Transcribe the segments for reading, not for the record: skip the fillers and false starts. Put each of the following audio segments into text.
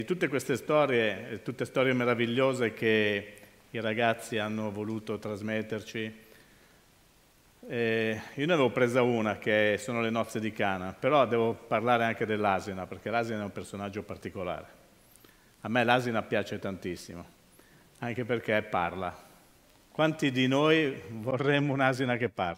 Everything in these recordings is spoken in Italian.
Tutte queste storie, tutte storie meravigliose che i ragazzi hanno voluto trasmetterci. Io ne avevo presa una, che sono le nozze di Cana, però devo parlare anche dell'asina, perché l'asina è un personaggio particolare. A me l'asina piace tantissimo, anche perché parla. Quanti di noi vorremmo un'asina che parla?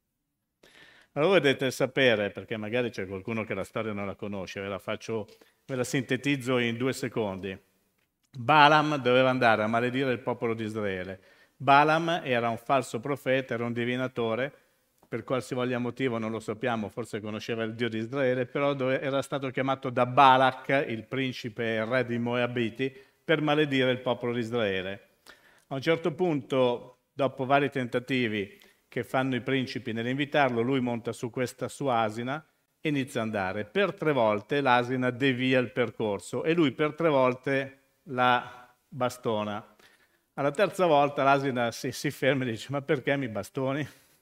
Allora voi dovete sapere, perché magari c'è qualcuno che la storia non la conosce, ve la sintetizzo in 2 secondi. Balaam doveva andare a maledire il popolo di Israele. Balaam era un falso profeta, era un divinatore, per qualsivoglia motivo non lo sappiamo, forse conosceva il Dio di Israele, però era stato chiamato da Balak, il principe e re di Moabiti, per maledire il popolo di Israele. A un certo punto, dopo vari tentativi che fanno i principi nell'invitarlo, lui monta su questa sua asina e inizia ad andare. Per 3 volte l'asina devia il percorso e lui per 3 volte la bastona. Alla terza volta l'asina si ferma e dice: ma perché mi bastoni?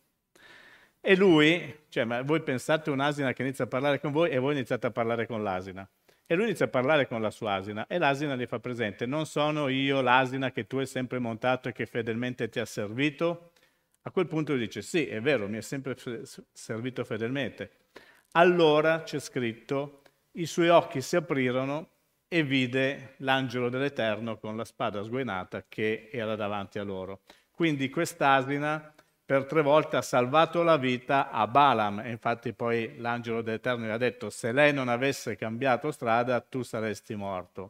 E lui, ma voi pensate un'asina che inizia a parlare con voi e voi iniziate a parlare con l'asina. E lui inizia a parlare con la sua asina e l'asina gli fa presente: non sono io l'asina che tu hai sempre montato e che fedelmente ti ha servito? A quel punto lui dice: sì, è vero, mi è sempre servito fedelmente. Allora c'è scritto: i suoi occhi si aprirono e vide l'angelo dell'Eterno con la spada sguainata che era davanti a loro. Quindi quest'asina per 3 volte ha salvato la vita a Balaam e infatti poi l'angelo dell'Eterno gli ha detto: se lei non avesse cambiato strada tu saresti morto.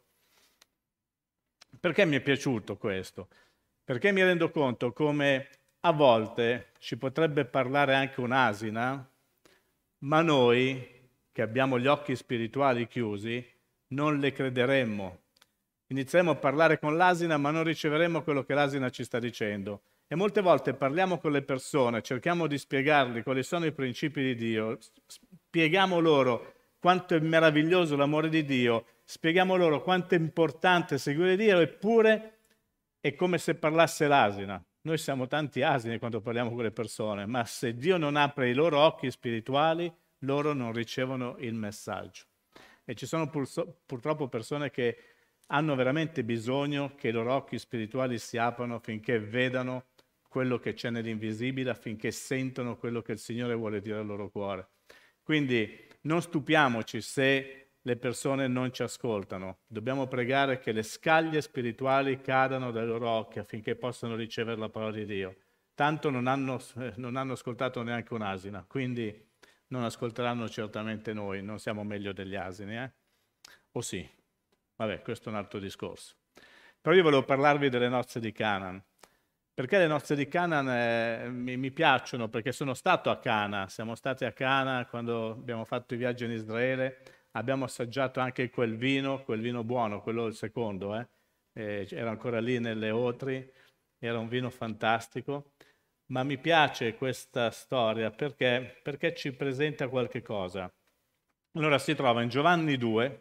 Perché mi è piaciuto questo? Perché mi rendo conto come a volte ci potrebbe parlare anche un'asina, ma noi che abbiamo gli occhi spirituali chiusi non le crederemmo. Inizieremo a parlare con l'asina, ma non riceveremo quello che l'asina ci sta dicendo. E molte volte parliamo con le persone, cerchiamo di spiegargli quali sono i principi di Dio, spieghiamo loro quanto è meraviglioso l'amore di Dio, spieghiamo loro quanto è importante seguire Dio, eppure è come se parlasse l'asina. Noi siamo tanti asini quando parliamo con le persone, ma se Dio non apre i loro occhi spirituali, loro non ricevono il messaggio. E ci sono purtroppo persone che hanno veramente bisogno che i loro occhi spirituali si aprano affinché vedano quello che c'è nell'invisibile, affinché sentono quello che il Signore vuole dire al loro cuore. Quindi non stupiamoci se le persone non ci ascoltano. Dobbiamo pregare che le scaglie spirituali cadano dai loro occhi affinché possano ricevere la parola di Dio. Tanto non hanno ascoltato neanche un'asina, quindi non ascolteranno certamente noi, non siamo meglio degli asini, eh? O sì? Vabbè, questo è un altro discorso. Però io volevo parlarvi delle nozze di Canaan. Perché le nozze di Canaan mi piacciono? Perché sono stato a Cana, siamo stati a Cana quando abbiamo fatto i viaggi in Israele, abbiamo assaggiato anche quel vino buono, quello il secondo, era ancora lì nelle Otri, era un vino fantastico, ma mi piace questa storia perché ci presenta qualche cosa. Allora si trova in Giovanni 2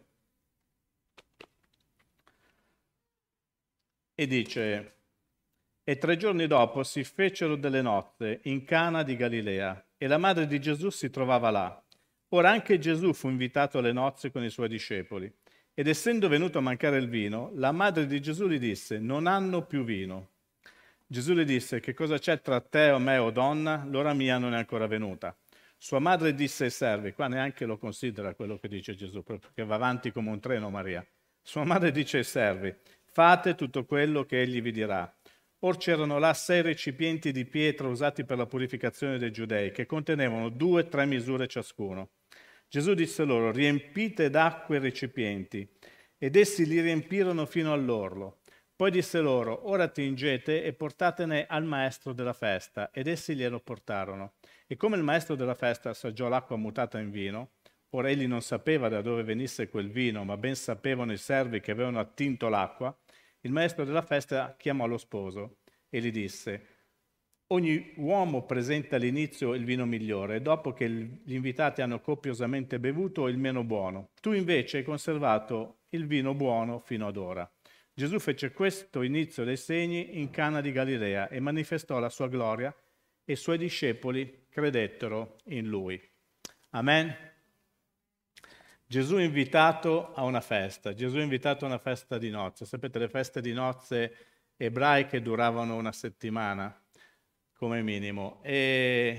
e dice: e 3 giorni dopo si fecero delle nozze in Cana di Galilea e la madre di Gesù si trovava là. Ora anche Gesù fu invitato alle nozze con i suoi discepoli. Ed essendo venuto a mancare il vino, la madre di Gesù gli disse: non hanno più vino. Gesù le disse: che cosa c'è tra te o me, o donna? L'ora mia non è ancora venuta. Sua madre disse ai servi, qua neanche lo considera quello che dice Gesù, proprio che va avanti come un treno Maria. Sua madre dice ai servi: fate tutto quello che egli vi dirà. Or c'erano là 6 recipienti di pietra usati per la purificazione dei giudei, che contenevano 2 o 3 misure ciascuno. Gesù disse loro: riempite d'acqua i recipienti. Ed essi li riempirono fino all'orlo. Poi disse loro: ora tingete e portatene al maestro della festa. Ed essi glielo portarono. E come il maestro della festa assaggiò l'acqua mutata in vino, ora egli non sapeva da dove venisse quel vino, ma ben sapevano i servi che avevano attinto l'acqua, il maestro della festa chiamò lo sposo e gli disse: ogni uomo presenta all'inizio il vino migliore, e dopo che gli invitati hanno copiosamente bevuto, il meno buono. Tu invece hai conservato il vino buono fino ad ora. Gesù fece questo inizio dei segni in Cana di Galilea e manifestò la sua gloria, e i suoi discepoli credettero in lui. Amen. Gesù è invitato a una festa, Gesù è invitato a una festa di nozze. Sapete, le feste di nozze ebraiche duravano una settimana, come minimo, ed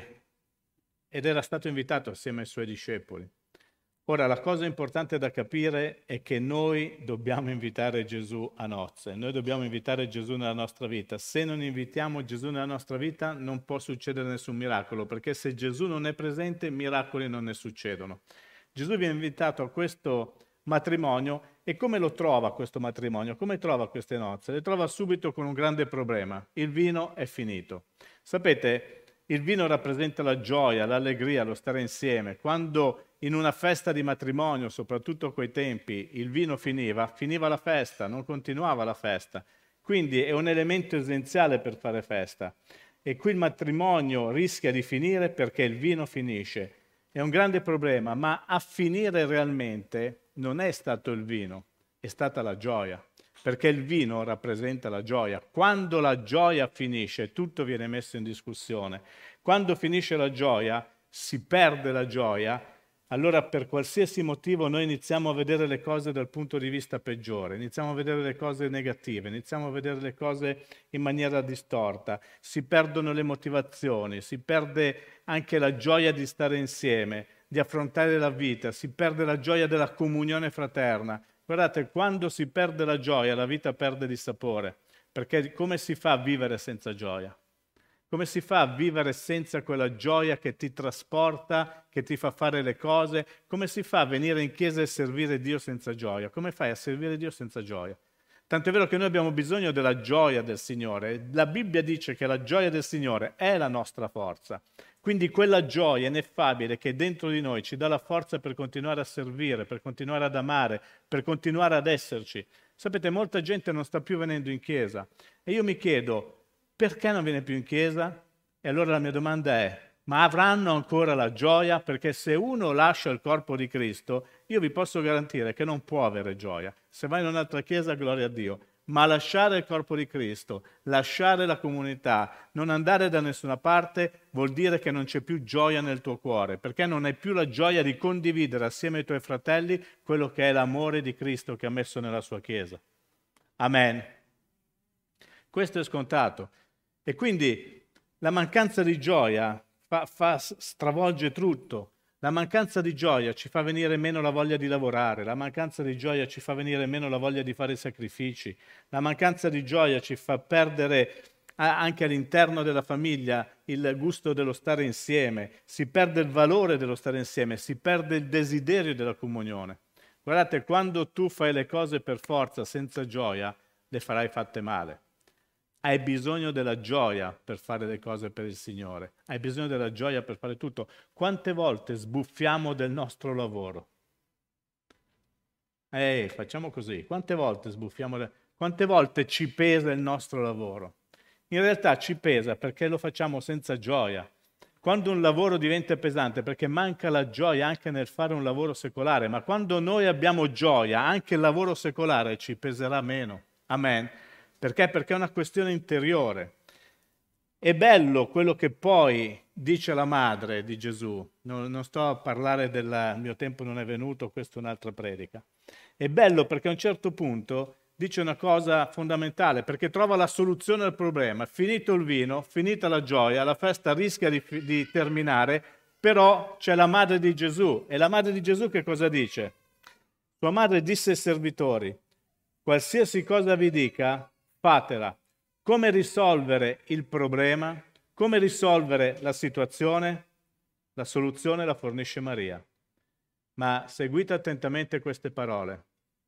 era stato invitato assieme ai suoi discepoli. Ora, la cosa importante da capire è che noi dobbiamo invitare Gesù a nozze, noi dobbiamo invitare Gesù nella nostra vita. Se non invitiamo Gesù nella nostra vita non può succedere nessun miracolo, perché se Gesù non è presente, miracoli non ne succedono. Gesù viene invitato a questo matrimonio e come lo trova questo matrimonio? Come trova queste nozze? Le trova subito con un grande problema. Il vino è finito. Sapete, il vino rappresenta la gioia, l'allegria, lo stare insieme. Quando in una festa di matrimonio, soprattutto a quei tempi, il vino finiva, finiva la festa, non continuava la festa. Quindi è un elemento essenziale per fare festa. E qui il matrimonio rischia di finire perché il vino finisce. È un grande problema, ma a finire realmente non è stato il vino, è stata la gioia, perché il vino rappresenta la gioia. Quando la gioia finisce, tutto viene messo in discussione. Quando finisce la gioia, si perde la gioia, allora per qualsiasi motivo noi iniziamo a vedere le cose dal punto di vista peggiore, iniziamo a vedere le cose negative, iniziamo a vedere le cose in maniera distorta, si perdono le motivazioni, si perde anche la gioia di stare insieme, di affrontare la vita, si perde la gioia della comunione fraterna. Guardate, quando si perde la gioia, la vita perde di sapore, perché come si fa a vivere senza gioia? Come si fa a vivere senza quella gioia che ti trasporta, che ti fa fare le cose? Come si fa a venire in chiesa e servire Dio senza gioia? Come fai a servire Dio senza gioia? Tanto è vero che noi abbiamo bisogno della gioia del Signore. La Bibbia dice che la gioia del Signore è la nostra forza. Quindi quella gioia ineffabile che dentro di noi ci dà la forza per continuare a servire, per continuare ad amare, per continuare ad esserci. Sapete, molta gente non sta più venendo in chiesa e io mi chiedo, perché non viene più in chiesa? E allora la mia domanda è, ma avranno ancora la gioia? Perché se uno lascia il corpo di Cristo, io vi posso garantire che non può avere gioia. Se vai in un'altra chiesa, gloria a Dio. Ma lasciare il corpo di Cristo, lasciare la comunità, non andare da nessuna parte, vuol dire che non c'è più gioia nel tuo cuore, perché non hai più la gioia di condividere assieme ai tuoi fratelli quello che è l'amore di Cristo che ha messo nella sua Chiesa. Amen. Questo è scontato. E quindi la mancanza di gioia stravolge tutto. La mancanza di gioia ci fa venire meno la voglia di lavorare, la mancanza di gioia ci fa venire meno la voglia di fare sacrifici, la mancanza di gioia ci fa perdere anche all'interno della famiglia il gusto dello stare insieme, si perde il valore dello stare insieme, si perde il desiderio della comunione. Guardate, quando tu fai le cose per forza, senza gioia, le farai fatte male. Hai bisogno della gioia per fare le cose per il Signore. Hai bisogno della gioia per fare tutto. Quante volte sbuffiamo del nostro lavoro? Facciamo così. Quante volte sbuffiamo? Quante volte ci pesa il nostro lavoro? In realtà ci pesa perché lo facciamo senza gioia. Quando un lavoro diventa pesante, perché manca la gioia anche nel fare un lavoro secolare, ma quando noi abbiamo gioia, anche il lavoro secolare ci peserà meno. Amen. Perché? Perché è una questione interiore. È bello quello che poi dice la madre di Gesù. Non sto a parlare del mio tempo non è venuto, questa è un'altra predica. È bello perché a un certo punto dice una cosa fondamentale, perché trova la soluzione al problema. Finito il vino, finita la gioia, la festa rischia di terminare, però c'è la madre di Gesù. E la madre di Gesù che cosa dice? Sua madre disse ai servitori, qualsiasi cosa vi dica, fatela. Come risolvere il problema? Come risolvere la situazione? La soluzione la fornisce Maria. Ma seguite attentamente queste parole.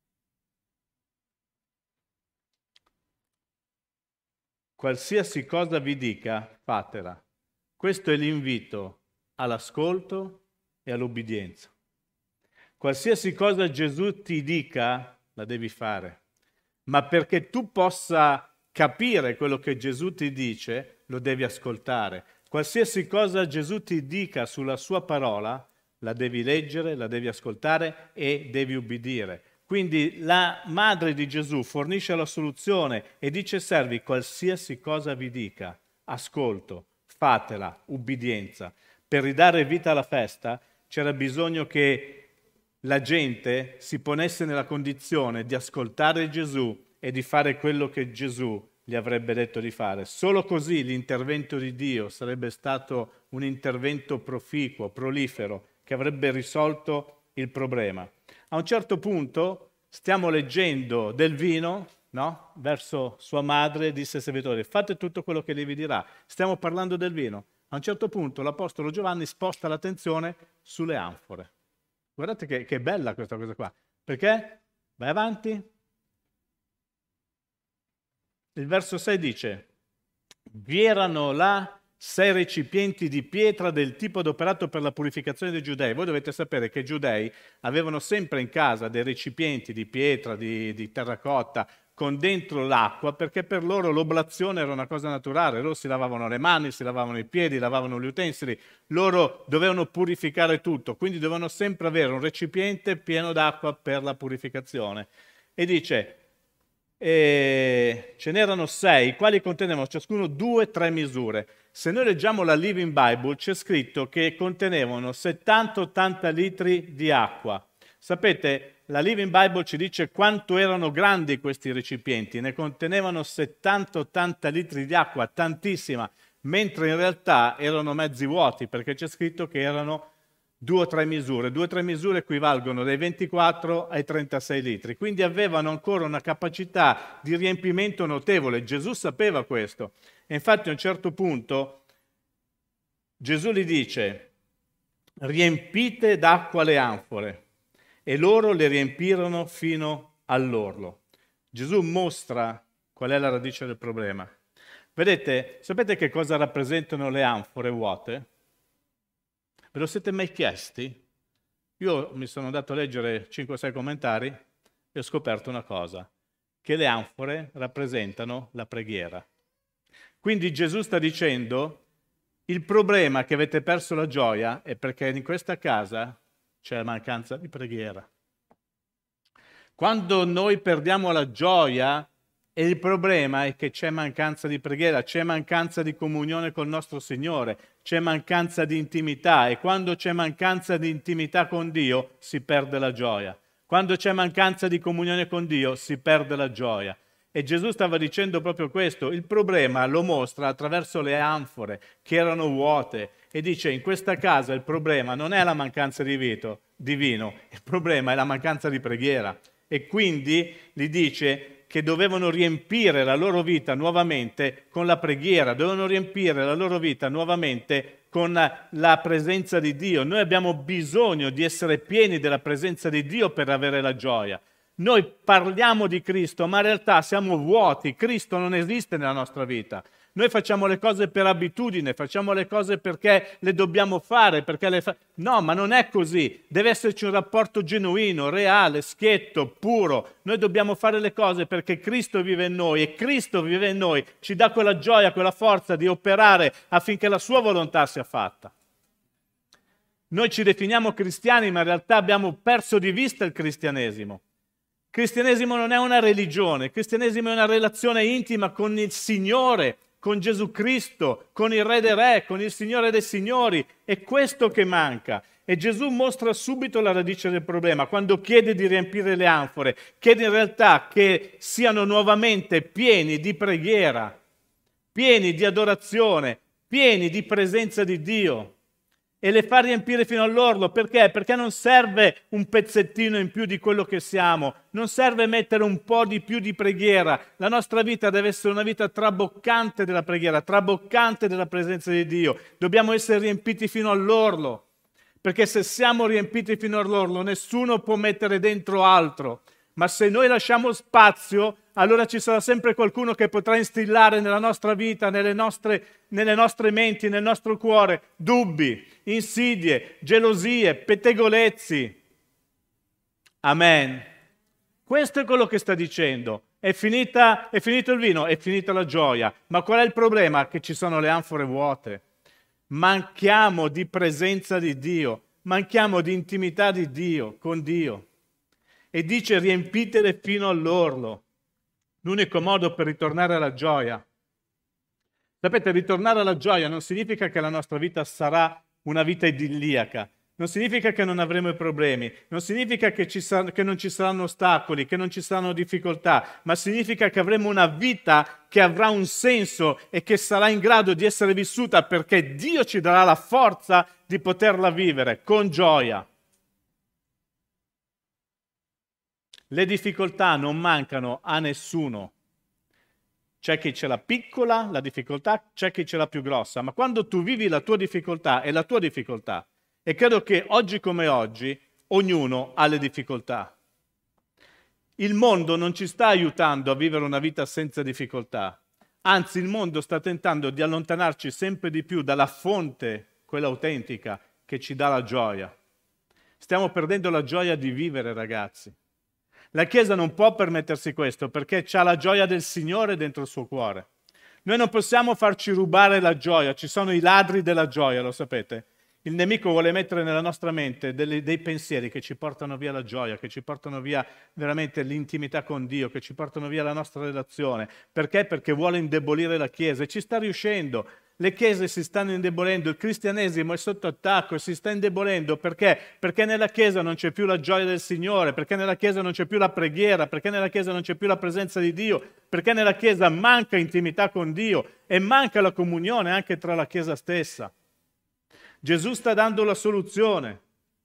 Qualsiasi cosa vi dica, fatela. Questo è l'invito all'ascolto e all'obbedienza. Qualsiasi cosa Gesù ti dica, la devi fare. Ma perché tu possa capire quello che Gesù ti dice, lo devi ascoltare. Qualsiasi cosa Gesù ti dica sulla sua parola, la devi leggere, la devi ascoltare e devi ubbidire. Quindi la madre di Gesù fornisce la soluzione e dice ai servi, qualsiasi cosa vi dica, ascolto, fatela, ubbidienza. Per ridare vita alla festa c'era bisogno che la gente si ponesse nella condizione di ascoltare Gesù e di fare quello che Gesù gli avrebbe detto di fare. Solo così l'intervento di Dio sarebbe stato un intervento proficuo, prolifero, che avrebbe risolto il problema. A un certo punto stiamo leggendo del vino, no? Verso sua madre disse ai servitori: fate tutto quello che lei vi dirà. Stiamo parlando del vino. A un certo punto l'Apostolo Giovanni sposta l'attenzione sulle anfore. Guardate che bella questa cosa qua. Perché? Vai avanti. Il verso 6 dice: vi erano là 6 recipienti di pietra del tipo adoperato per la purificazione dei giudei. Voi dovete sapere che i giudei avevano sempre in casa dei recipienti di pietra, di terracotta, con dentro l'acqua, perché per loro l'oblazione era una cosa naturale. Loro si lavavano le mani, si lavavano i piedi, lavavano gli utensili, loro dovevano purificare tutto, quindi dovevano sempre avere un recipiente pieno d'acqua per la purificazione. E dice: ce n'erano 6, quali contenevano ciascuno 2-3 misure. Se noi leggiamo la Living Bible c'è scritto che contenevano 70-80 litri di acqua. Sapete, la Living Bible ci dice quanto erano grandi questi recipienti, ne contenevano 70-80 litri di acqua, tantissima, mentre in realtà erano mezzi vuoti, perché c'è scritto che erano 2 o 3 misure. 2 o 3 misure equivalgono dai 24 ai 36 litri, quindi avevano ancora una capacità di riempimento notevole. Gesù sapeva questo. E infatti a un certo punto Gesù gli dice: riempite d'acqua le anfore. E loro le riempirono fino all'orlo. Gesù mostra qual è la radice del problema. Vedete, sapete che cosa rappresentano le anfore vuote? Ve lo siete mai chiesti? Io mi sono andato a leggere 5-6 commentari e ho scoperto una cosa, che le anfore rappresentano la preghiera. Quindi Gesù sta dicendo: il problema che avete perso la gioia è perché in questa casa c'è mancanza di preghiera. Quando noi perdiamo la gioia, e il problema è che c'è mancanza di preghiera, c'è mancanza di comunione col nostro Signore, c'è mancanza di intimità, e quando c'è mancanza di intimità con Dio si perde la gioia. Quando c'è mancanza di comunione con Dio si perde la gioia. E Gesù stava dicendo proprio questo. Il problema lo mostra attraverso le anfore che erano vuote, e dice: in questa casa il problema non è la mancanza di vino, il problema è la mancanza di preghiera. E quindi gli dice che dovevano riempire la loro vita nuovamente con la preghiera, dovevano riempire la loro vita nuovamente con la presenza di Dio. Noi abbiamo bisogno di essere pieni della presenza di Dio per avere la gioia. Noi parliamo di Cristo, ma in realtà siamo vuoti. Cristo non esiste nella nostra vita. Noi facciamo le cose per abitudine, facciamo le cose perché le dobbiamo fare, no, ma non è così. Deve esserci un rapporto genuino, reale, schietto, puro. Noi dobbiamo fare le cose perché Cristo vive in noi, e Cristo vive in noi, ci dà quella gioia, quella forza di operare affinché la sua volontà sia fatta. Noi ci definiamo cristiani, ma in realtà abbiamo perso di vista il cristianesimo. Il cristianesimo non è una religione, il cristianesimo è una relazione intima con il Signore, con Gesù Cristo, con il Re dei Re, con il Signore dei Signori. È questo che manca. E Gesù mostra subito la radice del problema. Quando chiede di riempire le anfore, chiede in realtà che siano nuovamente pieni di preghiera, pieni di adorazione, pieni di presenza di Dio. E le fa riempire fino all'orlo. Perché? Perché non serve un pezzettino in più di quello che siamo, non serve mettere un po' di più di preghiera. La nostra vita deve essere una vita traboccante della preghiera, traboccante della presenza di Dio. Dobbiamo essere riempiti fino all'orlo, perché se siamo riempiti fino all'orlo nessuno può mettere dentro altro. Ma se noi lasciamo spazio, allora ci sarà sempre qualcuno che potrà instillare nella nostra vita, nelle nostre menti, nel nostro cuore, dubbi, insidie, gelosie, pettegolezzi. Amen. Questo è quello che sta dicendo. È finito il vino, è finita la gioia. Ma qual è il problema? Che ci sono le anfore vuote. Manchiamo di presenza di Dio, manchiamo di intimità di Dio, con Dio. E dice: riempitele fino all'orlo. L'unico modo per ritornare alla gioia. Sapete, ritornare alla gioia non significa che la nostra vita sarà una vita idilliaca, non significa che non avremo i problemi, non significa che non ci saranno ostacoli, che non ci saranno difficoltà, ma significa che avremo una vita che avrà un senso e che sarà in grado di essere vissuta perché Dio ci darà la forza di poterla vivere con gioia. Le difficoltà non mancano a nessuno. C'è chi ce l'ha piccola, la difficoltà, c'è chi ce l'ha più grossa, ma quando tu vivi la tua difficoltà è la tua difficoltà. E credo che oggi come oggi ognuno ha le difficoltà. Il mondo non ci sta aiutando a vivere una vita senza difficoltà. Anzi, il mondo sta tentando di allontanarci sempre di più dalla fonte, quella autentica, che ci dà la gioia. Stiamo perdendo la gioia di vivere, ragazzi. La Chiesa non può permettersi questo perché c'ha la gioia del Signore dentro il suo cuore. Noi non possiamo farci rubare la gioia, ci sono i ladri della gioia, lo sapete? Il nemico vuole mettere nella nostra mente dei pensieri che ci portano via la gioia, che ci portano via veramente l'intimità con Dio, che ci portano via la nostra relazione. Perché? Perché vuole indebolire la Chiesa e ci sta riuscendo. Le chiese si stanno indebolendo, il cristianesimo è sotto attacco e si sta indebolendo. Perché? Perché nella Chiesa non c'è più la gioia del Signore, perché nella Chiesa non c'è più la preghiera, perché nella Chiesa non c'è più la presenza di Dio, perché nella Chiesa manca intimità con Dio e manca la comunione anche tra la Chiesa stessa. Gesù sta dando la soluzione.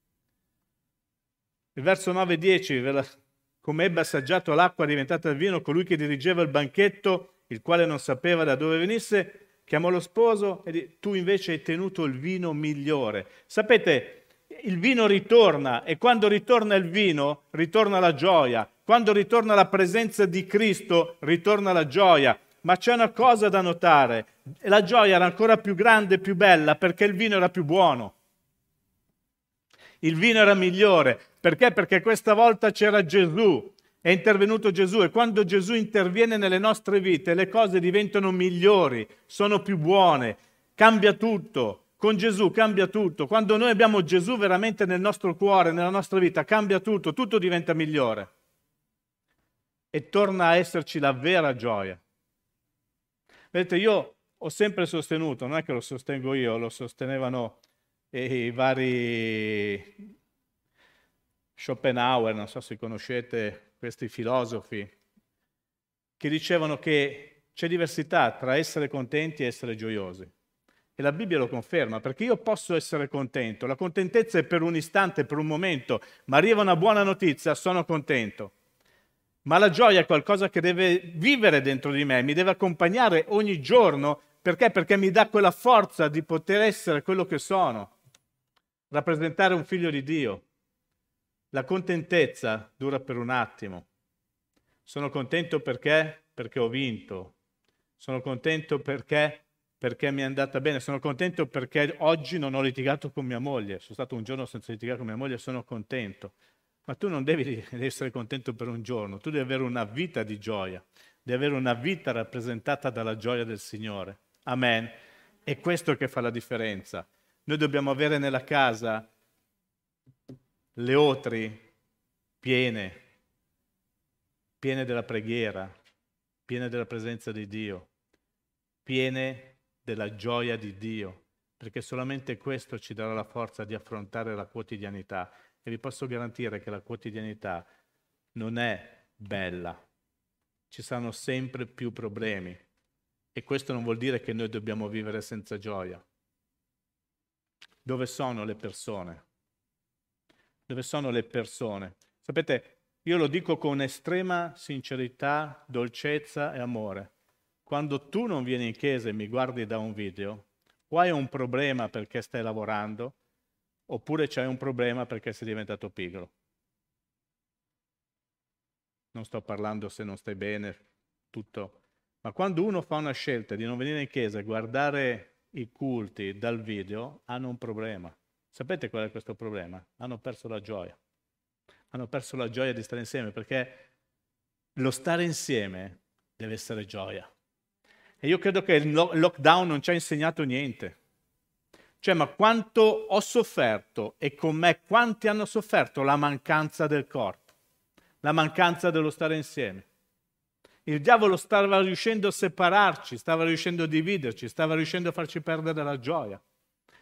Il verso 9-10, come ebbe assaggiato l'acqua diventata il vino, colui che dirigeva il banchetto, il quale non sapeva da dove venisse, chiamò lo sposo e disse: tu invece hai tenuto il vino migliore. Sapete, il vino ritorna e quando ritorna il vino ritorna la gioia. Quando ritorna la presenza di Cristo ritorna la gioia. Ma c'è una cosa da notare, la gioia era ancora più grande e più bella perché il vino era più buono. Il vino era migliore. Perché? Perché questa volta c'era Gesù, è intervenuto Gesù e quando Gesù interviene nelle nostre vite le cose diventano migliori, sono più buone, cambia tutto. Con Gesù cambia tutto. Quando noi abbiamo Gesù veramente nel nostro cuore, nella nostra vita, cambia tutto, tutto diventa migliore. E torna a esserci la vera gioia. Vedete, io ho sempre sostenuto, non è che lo sostengo io, lo sostenevano i vari Schopenhauer, non so se conoscete questi filosofi, che dicevano che c'è diversità tra essere contenti e essere gioiosi. E la Bibbia lo conferma, perché io posso essere contento, la contentezza è per un istante, per un momento, ma arriva una buona notizia, sono contento. Ma la gioia è qualcosa che deve vivere dentro di me, mi deve accompagnare ogni giorno. Perché? Perché mi dà quella forza di poter essere quello che sono, rappresentare un figlio di Dio. La contentezza dura per un attimo. Sono contento perché? Perché ho vinto. Sono contento perché mi è andata bene. Sono contento perché oggi non ho litigato con mia moglie. Sono stato un giorno senza litigare con mia moglie e sono contento. Ma tu non devi essere contento per un giorno, tu devi avere una vita di gioia, devi avere una vita rappresentata dalla gioia del Signore. Amen. È questo che fa la differenza. Noi dobbiamo avere nella casa le otri piene della preghiera, piene della presenza di Dio, piene della gioia di Dio, perché solamente questo ci darà la forza di affrontare la quotidianità. E vi posso garantire che la quotidianità non è bella, ci saranno sempre più problemi e questo non vuol dire che noi dobbiamo vivere senza gioia. Dove sono le persone? Dove sono le persone? Sapete, io lo dico con estrema sincerità, dolcezza e amore. Quando tu non vieni in chiesa e mi guardi da un video, o hai un problema perché stai lavorando, oppure c'hai un problema perché sei diventato pigro. Non sto parlando se non stai bene, tutto. Ma quando uno fa una scelta di non venire in chiesa e guardare i culti dal video, hanno un problema. Sapete qual è questo problema? Hanno perso la gioia. Hanno perso la gioia di stare insieme, perché lo stare insieme deve essere gioia. E io credo che il lockdown non ci ha insegnato niente. Cioè, ma quanto ho sofferto e con me quanti hanno sofferto la mancanza del corpo, la mancanza dello stare insieme. Il diavolo stava riuscendo a separarci, stava riuscendo a dividerci, stava riuscendo a farci perdere la gioia.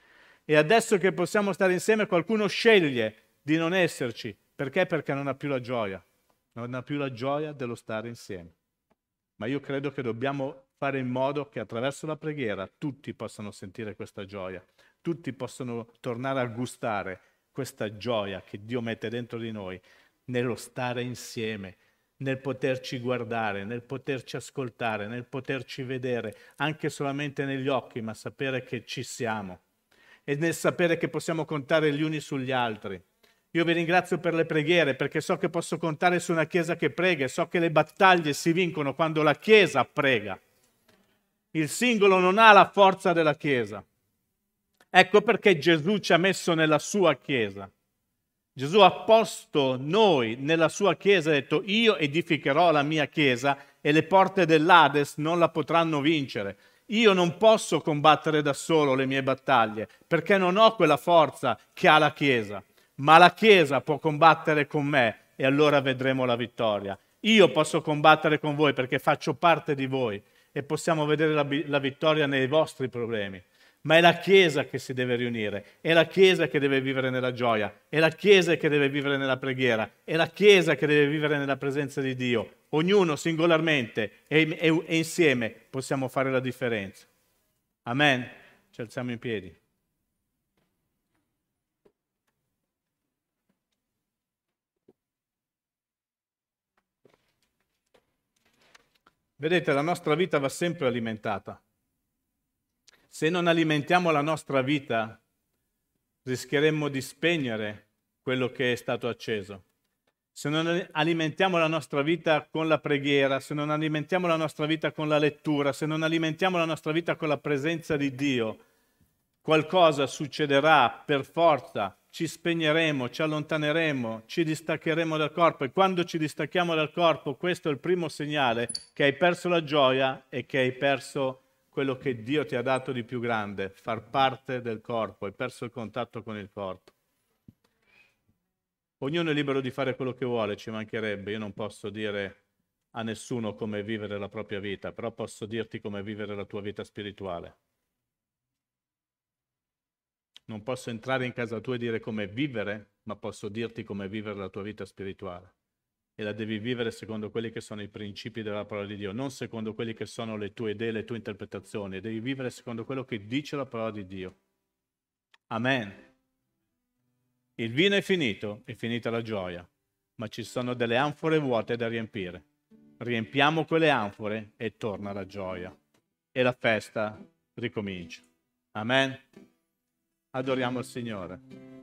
E adesso che possiamo stare insieme, qualcuno sceglie di non esserci. Perché? Perché non ha più la gioia. Non ha più la gioia dello stare insieme. Ma io credo che dobbiamo fare in modo che attraverso la preghiera tutti possano sentire questa gioia. Tutti possono tornare a gustare questa gioia che Dio mette dentro di noi, nello stare insieme, nel poterci guardare, nel poterci ascoltare, nel poterci vedere, anche solamente negli occhi, ma sapere che ci siamo e nel sapere che possiamo contare gli uni sugli altri. Io vi ringrazio per le preghiere, perché so che posso contare su una Chiesa che prega e so che le battaglie si vincono quando la Chiesa prega. Il singolo non ha la forza della Chiesa. Ecco perché Gesù ci ha messo nella sua Chiesa. Gesù ha posto noi nella sua Chiesa e ha detto: io edificherò la mia Chiesa e le porte dell'Ades non la potranno vincere. Io non posso combattere da solo le mie battaglie, perché non ho quella forza che ha la Chiesa, ma la Chiesa può combattere con me e allora vedremo la vittoria. Io posso combattere con voi perché faccio parte di voi e possiamo vedere la vittoria nei vostri problemi. Ma è la Chiesa che si deve riunire, è la Chiesa che deve vivere nella gioia, è la Chiesa che deve vivere nella preghiera, è la Chiesa che deve vivere nella presenza di Dio. Ognuno singolarmente e insieme possiamo fare la differenza. Amen. Ci alziamo in piedi. Vedete, la nostra vita va sempre alimentata. Se non alimentiamo la nostra vita, rischieremmo di spegnere quello che è stato acceso. Se non alimentiamo la nostra vita con la preghiera, se non alimentiamo la nostra vita con la lettura, se non alimentiamo la nostra vita con la presenza di Dio, qualcosa succederà per forza, ci spegneremo, ci allontaneremo, ci distaccheremo dal corpo e quando ci distacchiamo dal corpo, questo è il primo segnale che hai perso la gioia e che hai perso quello che Dio ti ha dato di più grande, far parte del corpo, hai perso il contatto con il corpo. Ognuno è libero di fare quello che vuole, ci mancherebbe, io non posso dire a nessuno come vivere la propria vita, però posso dirti come vivere la tua vita spirituale. Non posso entrare in casa tua e dire come vivere, ma posso dirti come vivere la tua vita spirituale. E la devi vivere secondo quelli che sono i principi della parola di Dio, non secondo quelli che sono le tue idee, le tue interpretazioni. Devi vivere secondo quello che dice la parola di Dio. Amen. Il vino è finita la gioia, ma ci sono delle anfore vuote da riempire. Riempiamo quelle anfore e torna la gioia. E la festa ricomincia. Amen. Adoriamo il Signore.